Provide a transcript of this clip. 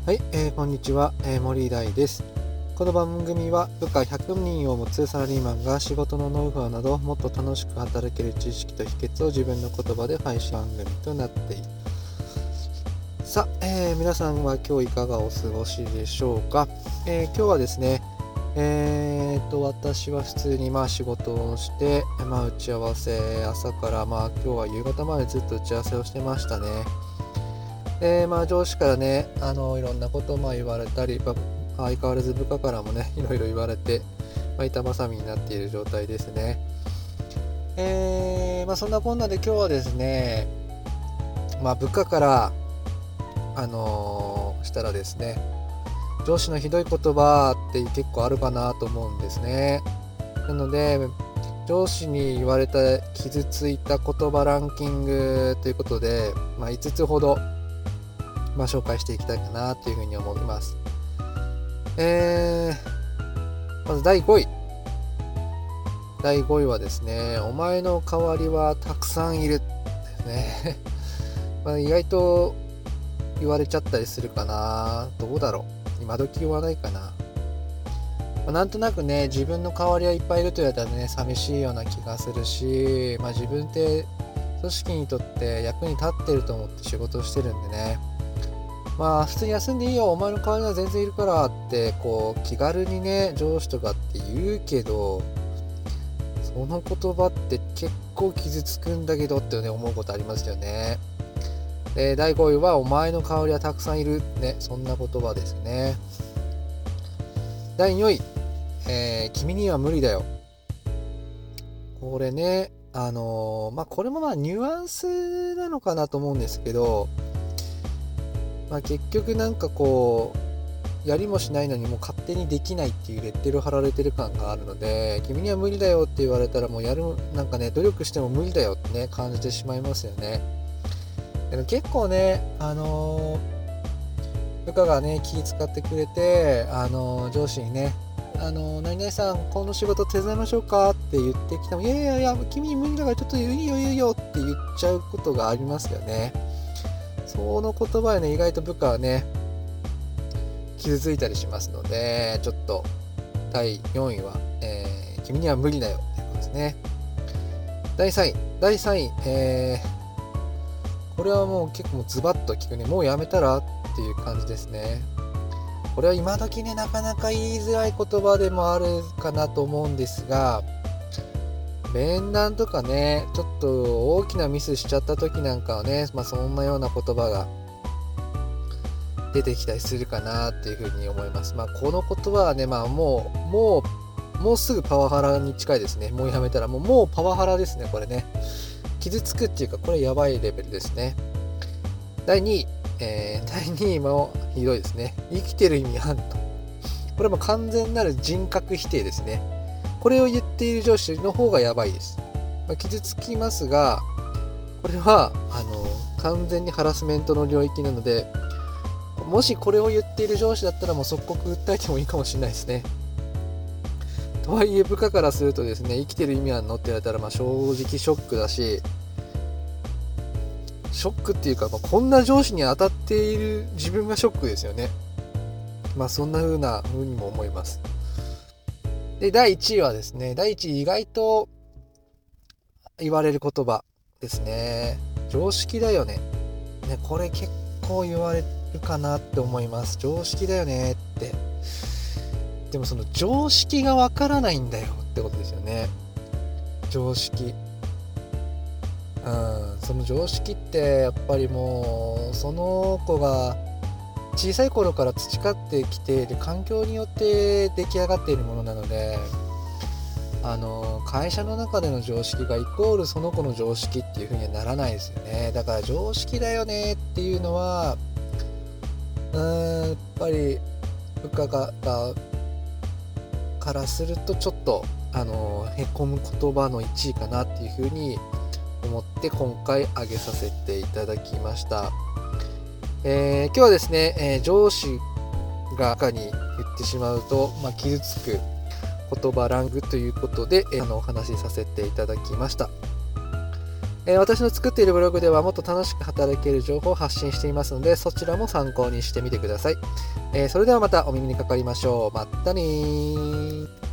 はい、こんにちは、森大です。この番組は部下100人を持つサラリーマンが仕事のノウハウなどもっと楽しく働ける知識と秘訣を自分の言葉で配信番組となっている。さあ、皆さんは今日いかがお過ごしでしょうか。今日はですね、私は普通に仕事をして、打ち合わせ朝から今日は夕方までずっと打ち合わせをしてましたね。上司からね、いろんなことを言われたり、相変わらず部下からもね、いろいろ言われて、板挟みになっている状態ですね。そんなこんなで今日はですね、部下から、したらですね、上司のひどい言葉って結構あるかなと思うんですね。なので、上司に言われた傷ついた言葉ランキングということで、5つほど、紹介していきたいかなというふうに思います。まず第5位。第5位はですね、お前の代わりはたくさんいるですね。意外と言われちゃったりするかな。どうだろう。今時言わないかな。なんとなくね、自分の代わりはいっぱいいると言われたらね、寂しいような気がするし、自分って組織にとって役に立ってると思って仕事をしてるんでね。普通に休んでいいよ、お前の代わりは全然いるからって気軽にね、上司とかって言うけど、その言葉って結構傷つくんだけどってね、思うことありますよね。第5位はお前の代わりはたくさんいるね、そんな言葉ですね。第4位、君には無理だよ。これね、これもニュアンスなのかなと思うんですけど、結局やりもしないのにもう勝手にできないっていうレッテル貼られてる感があるので、君には無理だよって言われたらもう努力しても無理だよってね、感じてしまいますよね。でも結構ね、部下がね、気使ってくれて、上司にね、何々さん、この仕事手伝いましょうかって言ってきても、いや、君に無理だからちょっといいよって言っちゃうことがありますよね。その言葉でね、意外と部下はね、傷ついたりしますので、ちょっと第4位は、君には無理だよっていうことですね。第3位、これはもう結構ズバッと聞くね、もうやめたらっていう感じですね。これは今時ね、なかなか言いづらい言葉でもあるかなと思うんですが、面談とかね、ちょっと大きなミスしちゃった時なんかはね、そんなような言葉が出てきたりするかなっていうふうに思います。この言葉はね、もうすぐパワハラに近いですね。もうやめたらもうパワハラですね、これね。傷つくっていうか、これやばいレベルですね。第2位もひどいですね。生きてる意味あんの？これも完全なる人格否定ですね。これを言っている上司の方がやばいです。傷つきますが、これは完全にハラスメントの領域なので、もしこれを言っている上司だったらもう即刻訴えてもいいかもしれないですね。とはいえ部下からするとですね、生きてる意味あんのって言われたら正直ショックだし、ショックっていうか、こんな上司に当たっている自分がショックですよね。そんな風にも思います。で、第1位はですね、第1位意外と言われる言葉ですね。常識だよね。これ結構言われるかなって思います。常識だよねって。でもその常識がわからないんだよってことですよね。常識。その常識ってやっぱりもうその子が小さい頃から培ってきている環境によって出来上がっているものなので、会社の中での常識がイコールその子の常識っていう風にはならないですよね。だから常識だよねっていうのはやっぱり部下からするとちょっとへこむ言葉の1位かなっていう風に思って今回挙げさせていただきました。今日はですね、上司が部下に言ってしまうと、傷つく言葉ランクということで、お話しさせていただきました。 私の作っているブログではもっと楽しく働ける情報を発信していますので、そちらも参考にしてみてください。それではまたお耳にかかりましょう。まったねー。